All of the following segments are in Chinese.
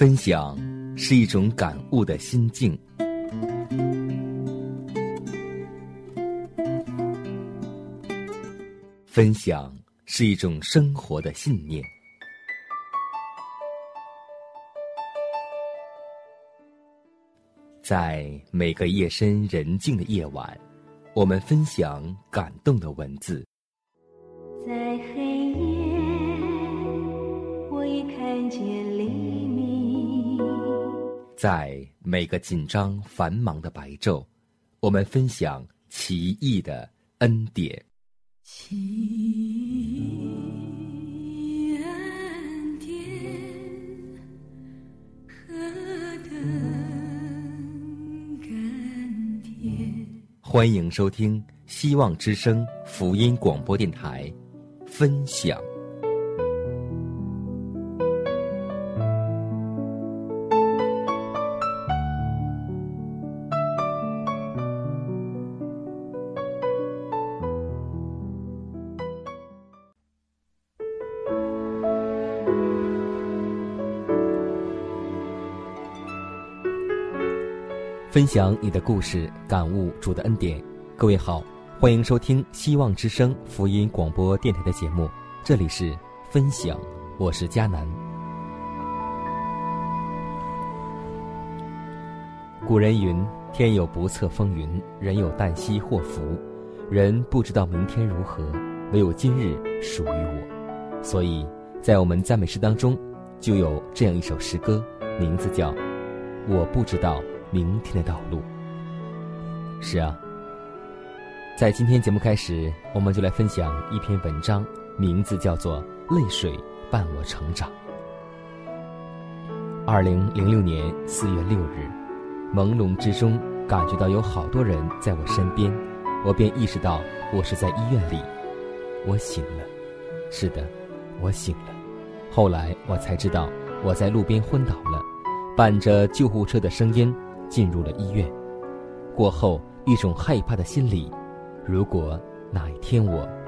分享是一种感悟的心境，分享是一种生活的信念。在每个夜深人静的夜晚，我们分享感动的文字。 在黑夜，我已看见黎明。 在每个紧张繁忙的白昼，我们分享奇异的恩典。 奇异恩典，何等甘甜。 欢迎收听希望之声福音广播电台分享。分享你的故事，感悟主的恩典。各位好，欢迎收听希望之声福音广播电台的节目，这里是分享，我是迦南。古人云：天有不测风云，人有旦夕祸福。人不知道明天如何，唯有今日属于我。所以在我们赞美诗当中就有这样一首诗歌，名字叫《我不知道明天的道路》。是啊，在今天节目开始，我们就来分享一篇文章，名字叫做《泪水伴我成长》。2006年4月6日，朦胧之中感觉到有好多人在我身边，我便意识到我是在医院里。我醒了，是的，我醒了。后来我才知道我在路边昏倒了，伴着救护车的声音进入了医院。过后一种害怕的心理，如果哪一天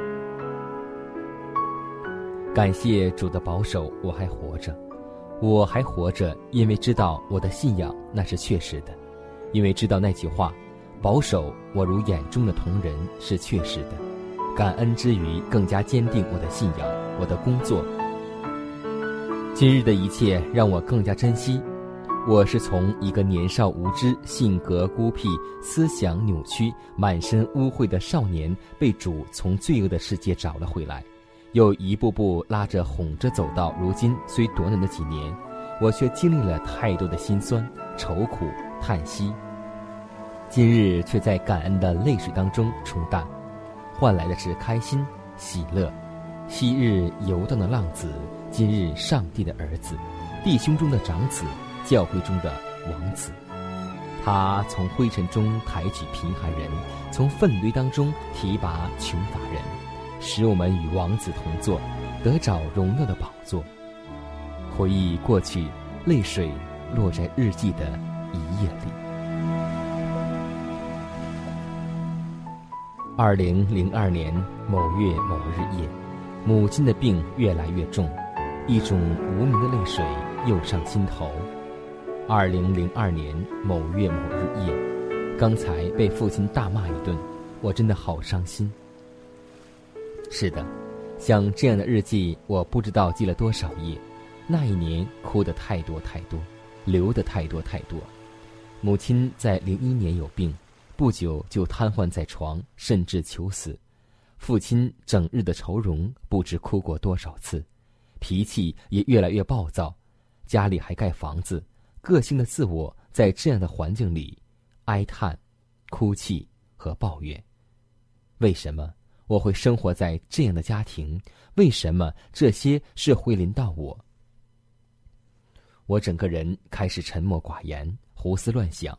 感谢主的保守，我还活着，因为知道我的信仰那是确实的，因为知道那句话，保守我如眼中的瞳人是确实的。感恩之余，更加坚定我的信仰，我的工作。今日的一切让我更加珍惜。我是从一个年少无知、性格孤僻、思想扭曲、满身污秽的少年，被主从罪恶的世界找了回来，又一步步拉着哄着走到如今。虽短短的几年，我却经历了太多的辛酸、愁苦、叹息，今日却在感恩的泪水当中冲淡，换来的是开心、喜乐。昔日游荡的浪子，今日上帝的儿子，弟兄中的长子，教会中的王子。他从灰尘中抬举贫寒人，从粪堆当中提拔穷乏人，使我们与王子同坐，得着荣耀的宝座。回忆过去，泪水落在日记的一页里。2002年某月某日夜，母亲的病越来越重，一种无名的泪水涌上心头。2002年某月某日夜，刚才被父亲大骂一顿，我真的好伤心。是的，像这样的日记，我不知道记了多少页。那一年哭得太多太多，流得太多太多。母亲在01年有病，不久就瘫痪在床，甚至求死。父亲整日的愁容，不知哭过多少次，脾气也越来越暴躁。家里还盖房子，个性的自我在这样的环境里哀叹、哭泣和抱怨。为什么我会生活在这样的家庭？为什么这些事会临到我？我整个人开始沉默寡言，胡思乱想，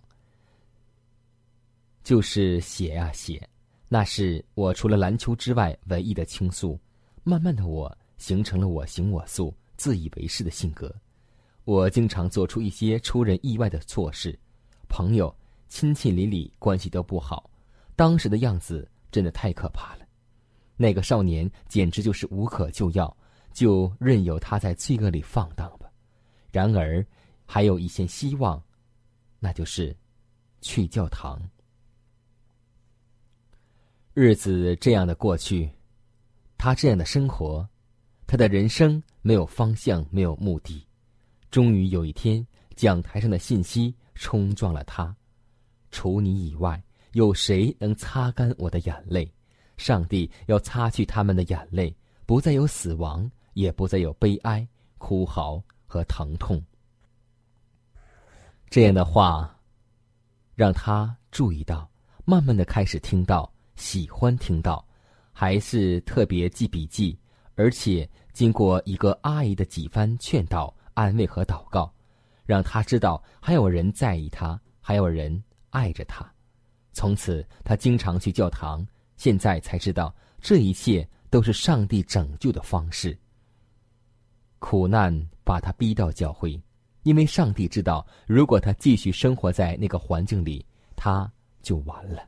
就是写啊写，那是我除了篮球之外唯一的倾诉。慢慢的，我形成了我行我素、自以为是的性格。我经常做出一些出人意外的错事，朋友、亲戚邻里关系都不好，当时的样子真的太可怕了。那个少年简直就是无可救药，就任由他在罪恶里放荡吧。然而还有一线希望，那就是去教堂。日子这样的过去，他这样的生活，他的人生没有方向，没有目的。终于有一天，讲台上的信息冲撞了他：除你以外，有谁能擦干我的眼泪？上帝要擦去他们的眼泪，不再有死亡，也不再有悲哀、哭嚎和疼痛。这样的话让他注意到，慢慢的开始听到，喜欢听到，还是特别记笔记，而且经过一个阿姨的几番劝导、安慰和祷告，让他知道还有人在意他，还有人爱着他。从此他经常去教堂，现在才知道这一切都是上帝拯救的方式。苦难把他逼到教会，因为上帝知道，如果他继续生活在那个环境里，他就完了。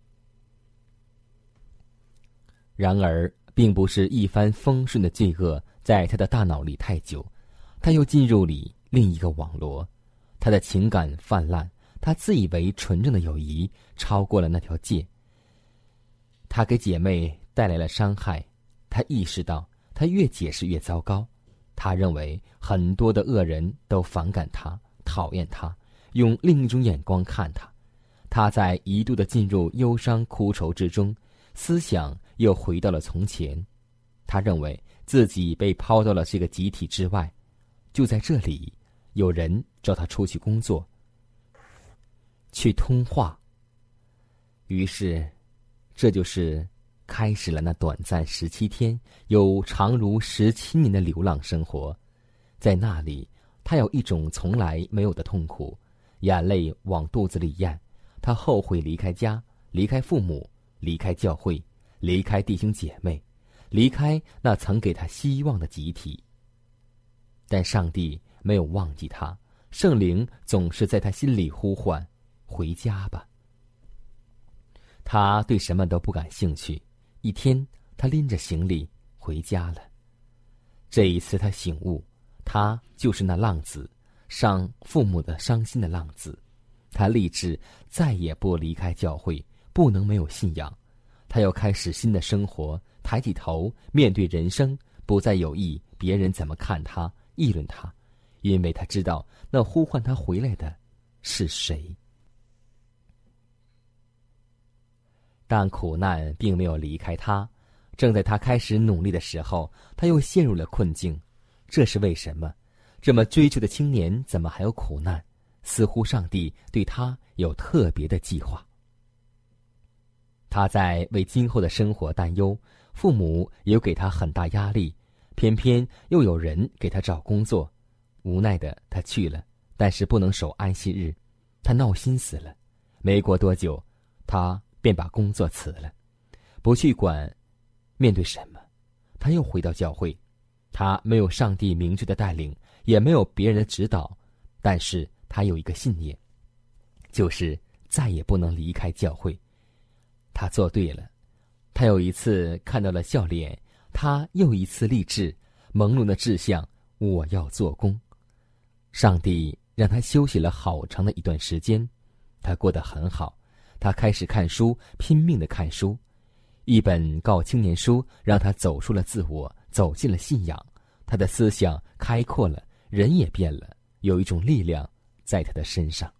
然而并不是一帆风顺的罪恶在他的大脑里太久，他又进入了另一个网罗，他的情感泛滥，他自以为纯正的友谊超过了那条界，他给姐妹带来了伤害。他意识到他越解释越糟糕，他认为很多的恶人都反感他，讨厌他，用另一种眼光看他。他在一度的进入忧伤哭愁之中，思想又回到了从前。他认为自己被抛到了这个集体之外。就在这里，有人找他出去工作，去通话。于是这就是开始了那短暂17天有长如17年的流浪生活。在那里，他有一种从来没有的痛苦，眼泪往肚子里咽。他后悔离开家，离开父母，离开教会，离开弟兄姐妹，离开那曾给他希望的集体。但上帝没有忘记他，圣灵总是在他心里呼唤：回家吧。他对什么都不感兴趣。一天，他拎着行李回家了。这一次他醒悟，他就是那浪子，伤父母的伤心的浪子。他立志再也不离开教会，不能没有信仰。他要开始新的生活，抬起头面对人生，不再有意别人怎么看他，议论他，因为他知道那呼唤他回来的是谁。但苦难并没有离开他，正在他开始努力的时候，他又陷入了困境。这是为什么？这么追求的青年怎么还有苦难？似乎上帝对他有特别的计划。他在为今后的生活担忧，父母也给他很大压力，偏偏又有人给他找工作。无奈的他去了，但是不能守安息日，他闹心死了。没过多久，他便把工作辞了，不去管面对什么。他又回到教会，他没有上帝明确的带领，也没有别人的指导，但是他有一个信念，就是再也不能离开教会。他做对了。他有一次看到了笑脸，他又一次立志，朦胧的志向，我要做工。上帝让他休息了好长的一段时间，他过得很好。他开始看书，拼命地看书。一本告青年书让他走出了自我，走进了信仰。他的思想开阔了，人也变了，有一种力量在他的身上。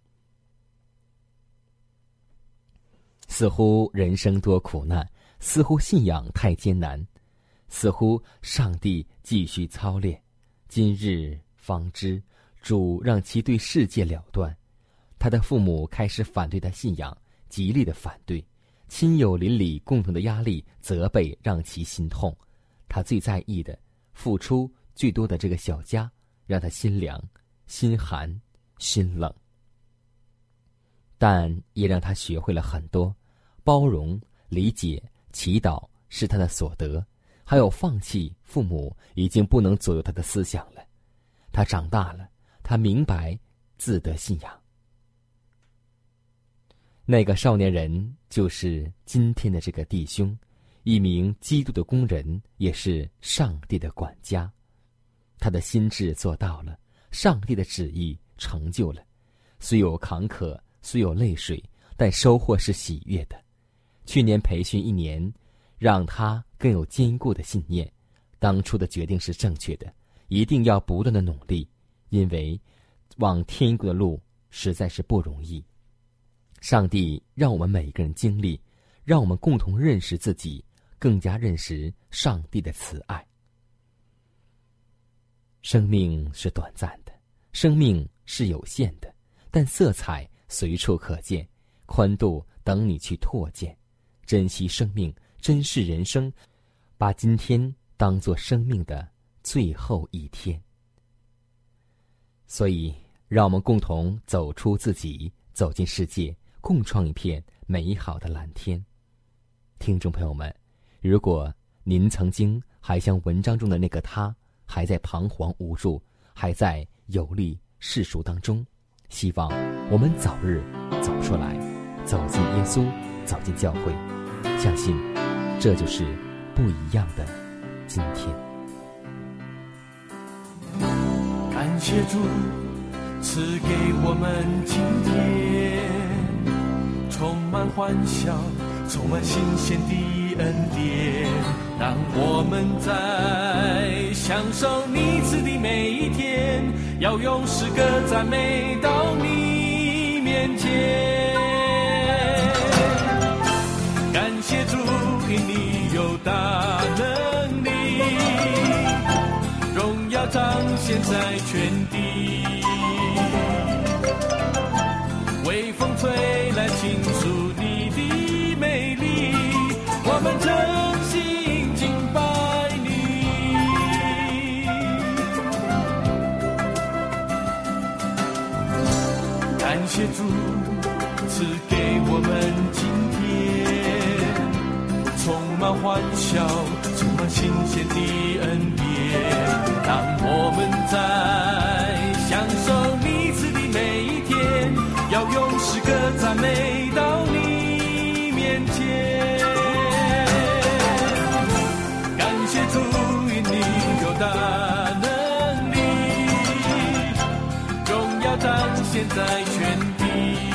似乎人生多苦难，似乎信仰太艰难，似乎上帝继续操练。今日方知，主让其对世界了断。他的父母开始反对他信仰，极力的反对。亲友邻里共同的压力、责备让其心痛。他最在意的、付出最多的这个小家，让他心凉、心寒、心冷。但也让他学会了很多。包容、理解、祈祷是他的所得，还有放弃父母已经不能左右他的思想了。他长大了，他明白自得信仰。那个少年人就是今天的这个弟兄，一名基督的工人，也是上帝的管家。他的心志做到了，上帝的旨意成就了。虽有坎坷，虽有泪水，但收获是喜悦的。去年培训1年，让他更有坚固的信念。当初的决定是正确的，一定要不断的努力，因为往天国的路实在是不容易。上帝让我们每个人经历，让我们共同认识自己，更加认识上帝的慈爱。生命是短暂的，生命是有限的，但色彩随处可见，宽度等你去拓见。珍惜生命，珍视人生，把今天当作生命的最后一天。所以让我们共同走出自己，走进世界，共创一片美好的蓝天。听众朋友们，如果您曾经还像文章中的那个他，还在彷徨无助，还在游历世俗当中，希望我们早日走出来，走进耶稣，走进教会，相信这就是不一样的今天。 感谢主赐给我们今天充满欢笑，充满新鲜的恩典，让我们在享受你赐的每一天，要用诗歌赞美到你面前。感谢主，因你有大能力，荣耀彰显在全地，微风吹来倾诉你的美丽，我们真心敬拜你。感谢主赐给我们今天充满欢笑，充满新鲜的恩典，让我们在享受你赐的每一天，要用诗歌赞美到你面前。感谢主，因你有大能力，荣耀彰显在全地，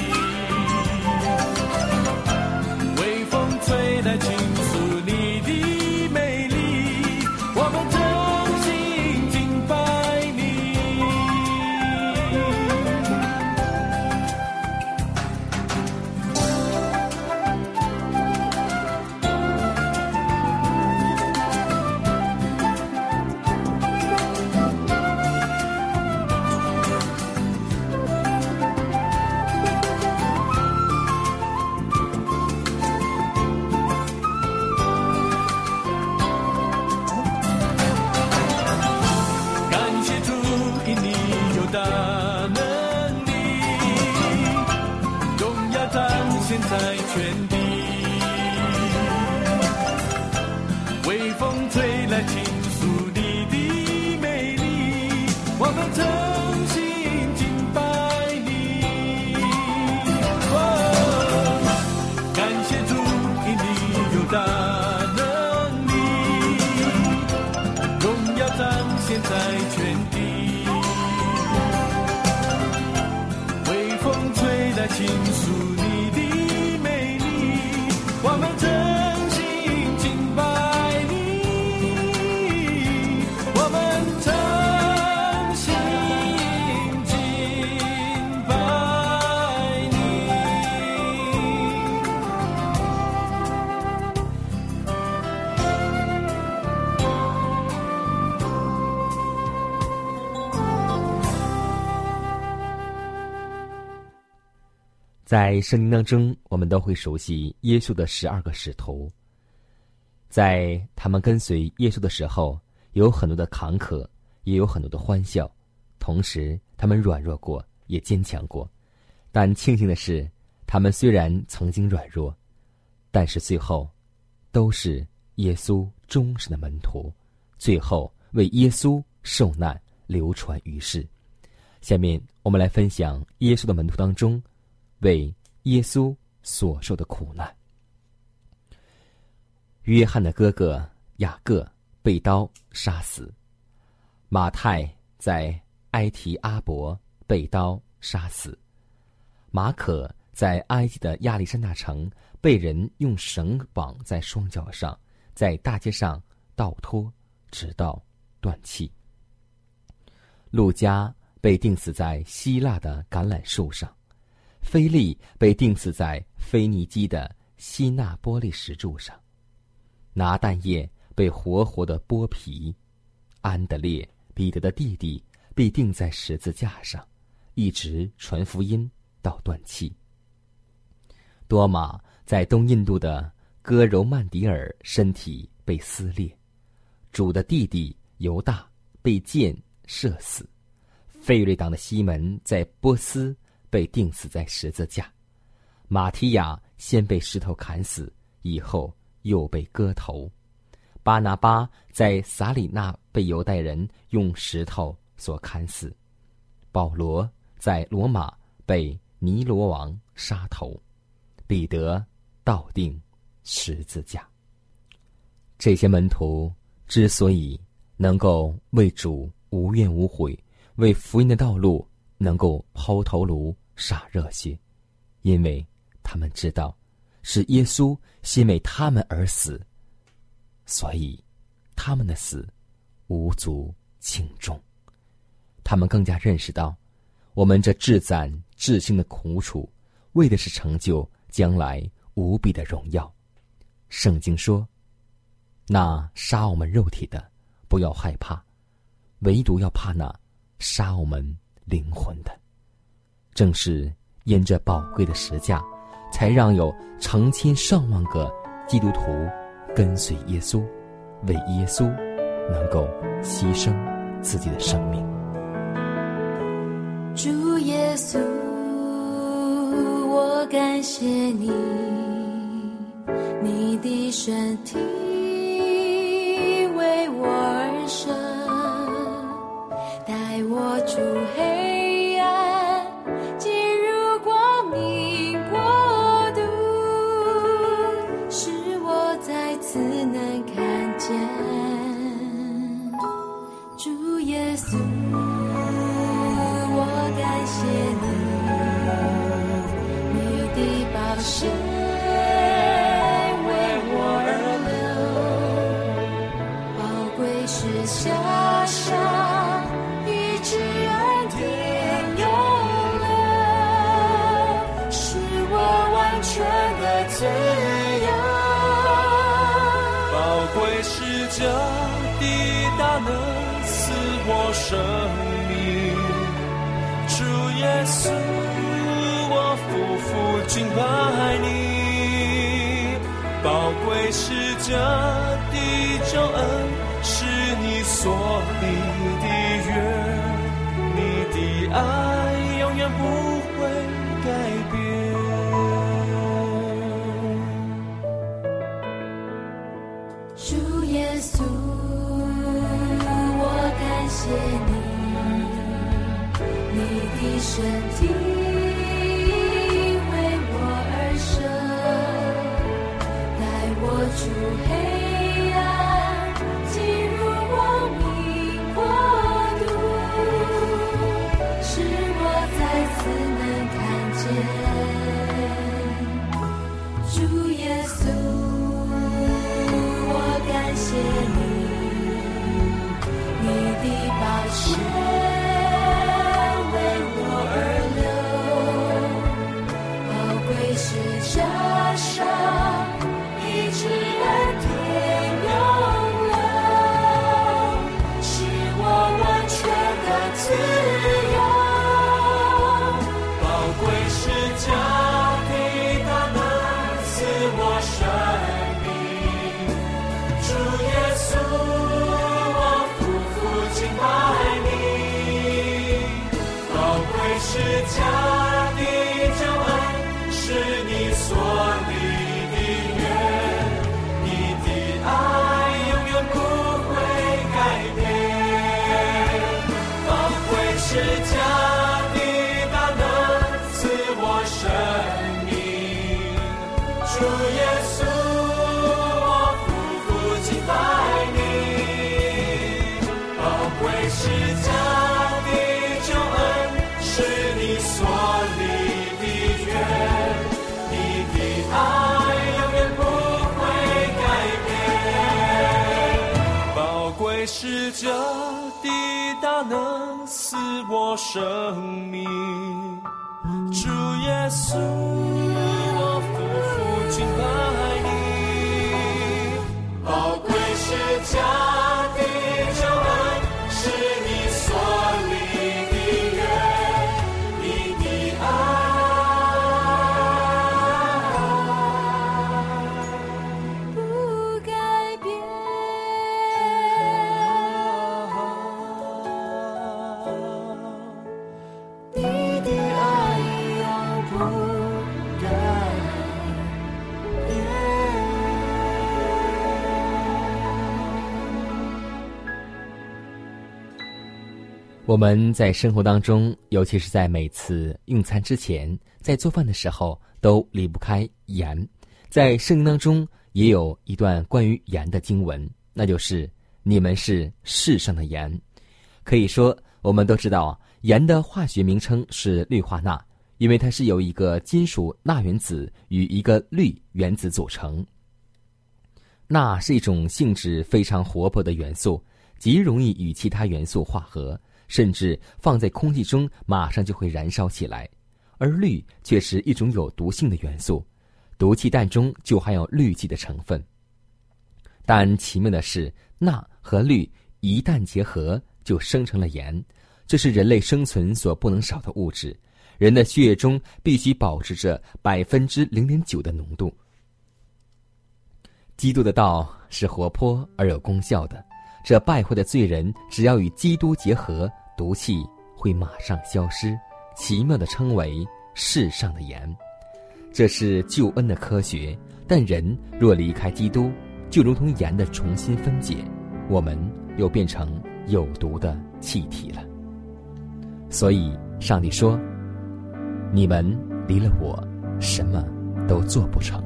微风吹来倾诉你的美丽，我们真心敬拜你。感谢主，因你有大能力，荣耀彰显在全地，微风吹来倾诉你的美丽，我们真心敬拜你。感谢主，因你有大能力，荣耀彰显在全地，微风吹来倾诉你的美丽，我们真心敬拜你，我们真心敬拜你。 在圣经当中，我们都会熟悉耶稣的12个使徒。在他们跟随耶稣的时候，有很多的坎坷，也有很多的欢笑，同时他们软弱过，也坚强过。但庆幸的是，他们虽然曾经软弱，但是最后都是耶稣忠实的门徒，最后为耶稣受难，流传于世。下面我们来分享耶稣的门徒当中为耶稣所受的苦难。约翰的哥哥雅各被刀杀死，马太在埃提阿伯被刀杀死。马可在埃及的亚历山大城被人用绳绑在双脚上，在大街上倒拖，直到断气。路加被钉死在希腊的橄榄树上，腓力被钉死在腓尼基的西那波利石柱上，拿但业被活活的剥皮，安德烈彼得的弟弟被钉在十字架上，一直传福音到断气。多马在东印度的哥柔曼迪尔身体被撕裂，主的弟弟犹大被箭射死，费瑞党的西门在波斯被钉死在十字架，马提亚先被石头砍死，以后又被割头，巴拿巴在撒里纳被犹太人用石头所砍死，保罗在罗马被尼罗王杀头，彼得倒钉十字架。这些门徒之所以能够为主无怨无悔，为福音的道路能够抛头颅洒热血，因为他们知道是耶稣先为他们而死，所以他们的死无足轻重。他们更加认识到，我们这至暂至轻的苦楚，为的是成就将来无比的荣耀。圣经说，那杀我们肉体的不要害怕，唯独要怕那杀我们灵魂的。正是因这宝贵的十架，才让有成千上万个基督徒跟随耶稣，为耶稣能够牺牲自己的生命。 主耶稣，我感谢你，你的身体为我而生，带我出黑暗，进入光明国度，使我再次能看见主耶稣。我感谢你，你的宝血为我而流，宝贵是下上医治恩典永留，使我完全的自由。 宝贵是这的大能赐我生命，主耶稣，我夫妇敬拜你。宝贵是这的救恩，是你所立的约，你的爱永远不会改变。 主耶稣，我感谢你，你的身体为我而生，带我出黑暗，进入光明国度，使我再次能看见主耶稣。我感谢你，你的宝血加上医治恩典永留，使我完全的自由。 宝贵是家的大能赐我生命，主耶稣，我夫妇敬拜你。宝贵是家的救恩，是你所立的约，你的爱永远不会改变。宝贵是家的大能赐我生命，主耶稣，我夫妇敬拜你。宝贵是家的救恩，是着的大能使我生命。主耶稣，我夫妇敬拜你，宝贵是家的救恩，是你所立的约，你的爱不改变，你的爱永不改变。 我们在生活当中，尤其是在每次用餐之前，在做饭的时候，都离不开盐。在圣经当中也有一段关于盐的经文，那就是你们是世上的盐。可以说我们都知道啊，盐的化学名称是氯化钠，因为它是由一个金属钠原子与一个氯原子组成。钠是一种性质非常活泼的元素，极容易与其他元素化合，甚至放在空气中马上就会燃烧起来。而氯却是一种有毒性的元素，毒气弹中就含有氯气的成分。但奇妙的是，钠和氯一旦结合就生成了盐，这是人类生存所不能少的物质。人的血液中必须保持着0.9%的浓度。基督的道是活泼而有功效的，这败坏的罪人只要与基督结合，毒气会马上消失，奇妙地称为世上的盐。这是救恩的科学，但人若离开基督，就如同盐的重新分解，我们又变成有毒的气体了。所以上帝说，你们离了我，什么都做不成。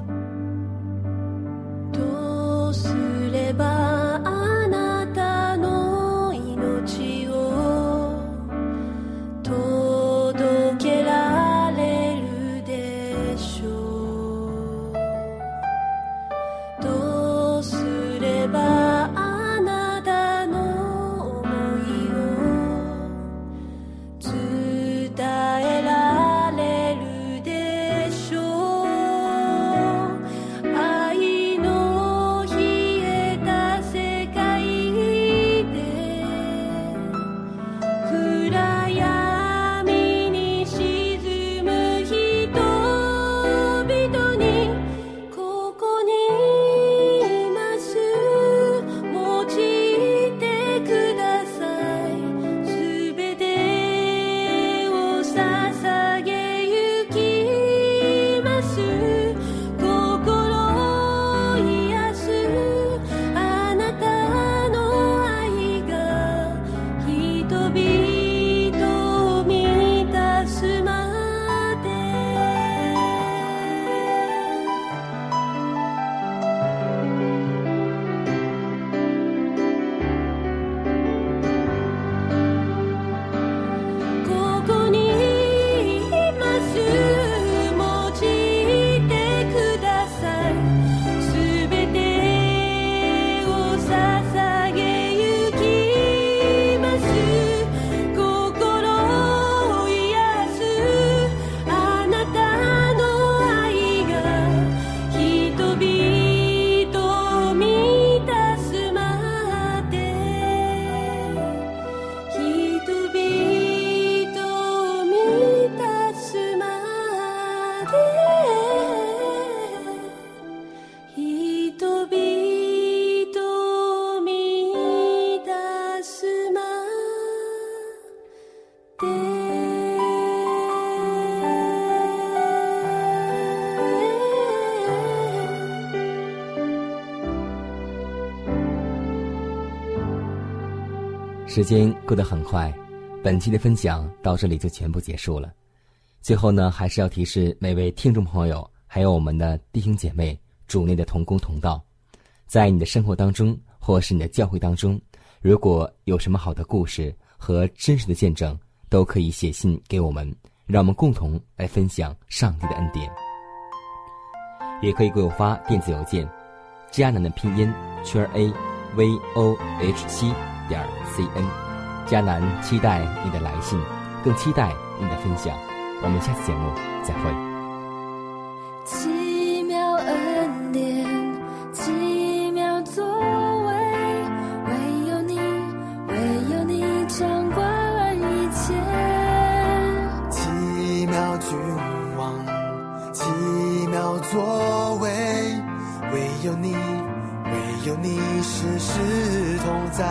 どうすればあなたの命を届けられるでしょう。どうすればあなたの想いを伝えられるでしょう。愛の冷えた世界で暗闇に沈む人々に、ここにいます、用いてください。すべてを捧げゆきます。心を癒すあなたの愛が人々を満たすまで。ここにいます、用いてください。すべてを捧げゆきます。心を癒すあなたの愛が人々を満たすまで。人々を満たすまで。人々を満たすまで。 时间过得很快，本期的分享到这里就全部结束了。最后呢，还是要提示每位听众朋友，还有我们的弟兄姐妹，主内的同工同道，在你的生活当中，或是你的教会当中，如果有什么好的故事和真实的见证，都可以写信给我们，让我们共同来分享上帝的恩典。也可以给我发电子邮件，迦南的拼音圈 A VOH7 ，cn。迦南期待你的来信，更期待你的分享。我们下次节目再会。 奇妙恩典，奇妙作为，唯有你，唯有你掌管一切。 奇妙君王，奇妙作为，唯有你，唯有你时时同在。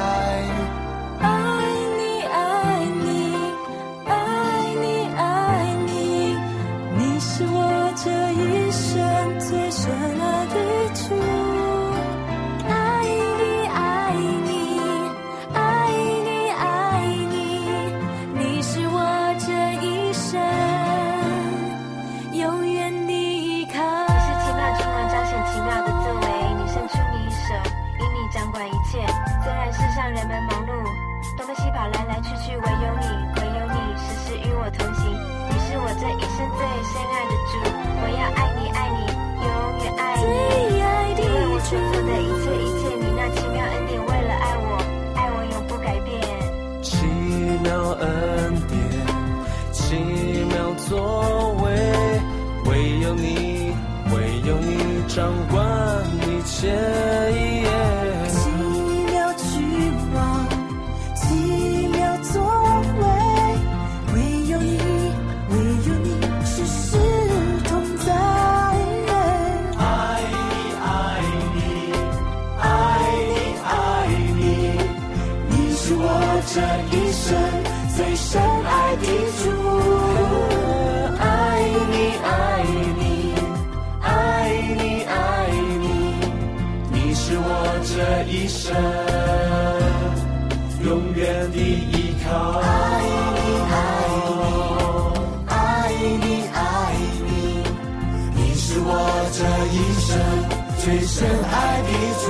爱你，爱你，爱你，爱你，你是我这一生最深爱的主。爱你，爱你，爱你，爱你，你是我这一生永远的依靠。 你是奇妙君王，彰显奇妙的作为，你伸出你手，因你掌管一切。虽然世上人们忙碌，东奔西跑，来来去去，唯有你，唯有你，时时与我同行。你是我这一生最深爱的主，我要爱你，爱你，永远爱你。 最爱的因为我主所做的一切一切，你那奇妙恩典，为了爱我，爱我永不改变。 奇妙恩典，奇妙作为，唯有你，唯有你掌管一切。 奇妙君王，奇妙作为，唯有你，唯有你时时同在。 爱你，爱你，爱你，爱你， 你是我这一生最深爱的主。 爱你，爱你，爱你，爱你，你是我这一生永远的依靠。 爱你，爱你，爱你，爱你，你是我这一生最深爱的主。